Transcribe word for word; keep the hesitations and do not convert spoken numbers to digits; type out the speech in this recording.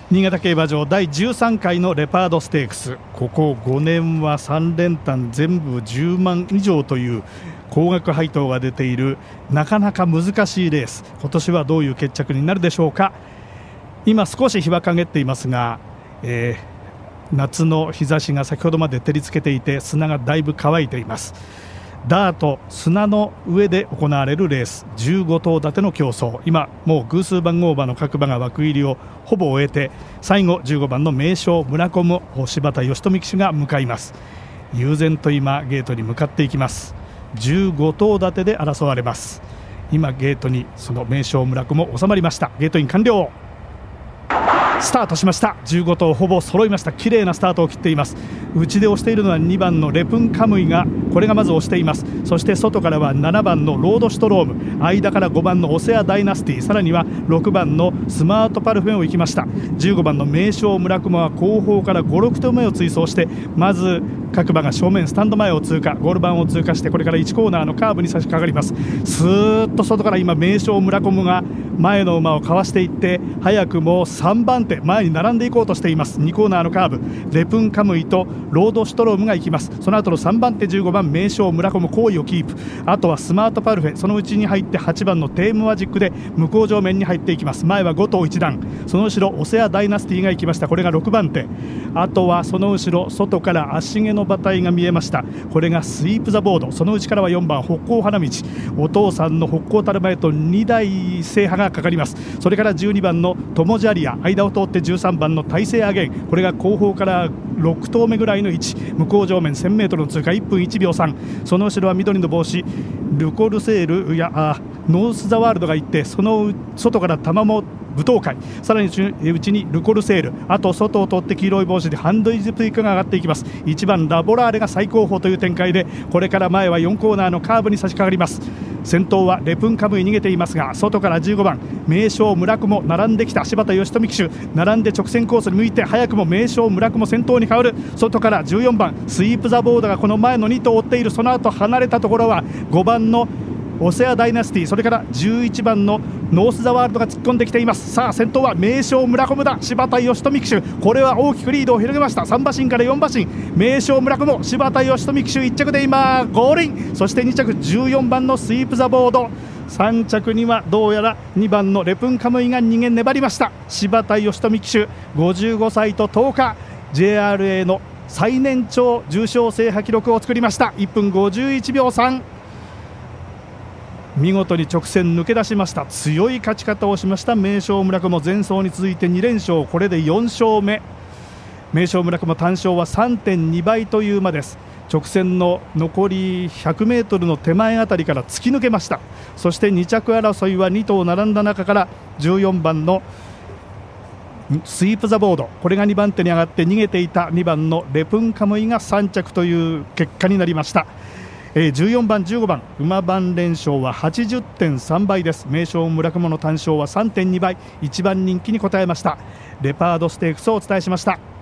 新潟競馬場だいじゅうさんかいのレパードステークス、ここごねんはさん連単全部じゅうまん以上という高額配当が出ているなかなか難しいレース。今年はどういう決着になるでしょうか。今少し日は陰っていますが、えー、夏の日差しが先ほどまで照りつけていて砂がだいぶ乾いています。ダート砂の上で行われるレース、じゅうごとう立ての競争、今もう偶数番号馬の各馬が枠入りをほぼ終えて、最後じゅうごばんの名将村コム柴田義富騎手が向かいます。悠然と今ゲートに向かっていきます。じゅうごとう立てで争われます。今ゲートにその名将村コム収まりました。ゲートイン完了、スタートしました。じゅうごとうほぼ揃いました。綺麗なスタートを切っています。内で押しているのはにばんのレプンカムイがこれがまず押しています。そして外からはななばんのロードシュトローム、間からごばんのオセアダイナスティ、さらにはろくばんのスマートパルフェンを行きました。じゅうごばんの名将村雲は後方からご、ろくとうめを追走して、まず各馬が正面スタンド前を通過、ゴール板を通過して、これからいちコーナーのカーブに差し掛かります。スーッと外から今名将村雲が前の馬をかわしていって、早くもさんばんて前に並んでいこうとしています。にコーナーのカーブ、レプンカムイとロードシュトロームが行きます。その後のさんばんてじゅうごばん名将村雲好位をキープ、あとはスマートパルフェ、そのうちに入ってはちばんのテームマジックで向こう上面に入っていきます。前はごとういちだん、その後ろオセアダイナスティが行きました。これがろくばんて、あとはその後ろ外から足毛の馬体が見えました。これがスイープザボード、その内からはよんばん北高花道、お父さんの北高たる前とにだい制覇がかかります。それからじゅうにばんのトモジャリア、間を通ってじゅうさんばんの大西アゲン、これが後方からろくとうめぐらいの位置、向こう上面 せんメートル の通過いっぷんいちびょうさん、その後ろは緑の帽子ルコルセール、いやあノースザワールドが行って、その外から玉も舞踏会、さらに内にルコルセール、あと外を通って黄色い帽子でハンドイズプイクが上がっていきます。いちばんラボラーレが最高峰という展開で、これから前はよんコーナーのカーブに差し掛かります。先頭はレプンカムイ逃げていますが、外からじゅうごばん名将村雲並んできた。柴田義富騎手並んで直線コースに向いて、早くも名将村雲先頭に変わる。外からじゅうよんばんスイープザボードがこの前のに頭を追っている。その後離れたところはごばんのオセアダイナスティ、それからじゅういちばんのノースザワールドが突っ込んできています。さあ先頭は名将村コムだ。柴田義富騎手、これは大きくリードを広げました。さんばしんからよんばしん、名将村コム、柴田義富騎手いっちゃくで今ゴールイン。そしてにちゃくじゅうよんばんのスイープザボード、さんちゃくにはどうやらにばんのレプンカムイが逃げ粘りました。柴田義富騎手ごじゅうごさいととおか、 ジェイアールエー の最年長重賞制覇記録を作りました。いっぷんごじゅういちびょうさん、見事に直線抜け出しました。強い勝ち方をしました名将村雲、前走に続いてにれんしょう、これでよんしょうめ。名将村雲単勝は さんてんにばいという馬です。直線の残りひゃくメートルの手前あたりから突き抜けました。そしてにちゃく争いはに頭並んだ中からじゅうよんばんのスイープザボード、これがにばんてに上がって逃げていたにばんのレプンカムイがさんちゃくという結果になりました。じゅうよんばんじゅうごばん馬番連勝は はちじゅってんさんばいです。名将村雲の単勝は さんてんにばい、いちばん人気に応えました。レパードステークスをお伝えしました。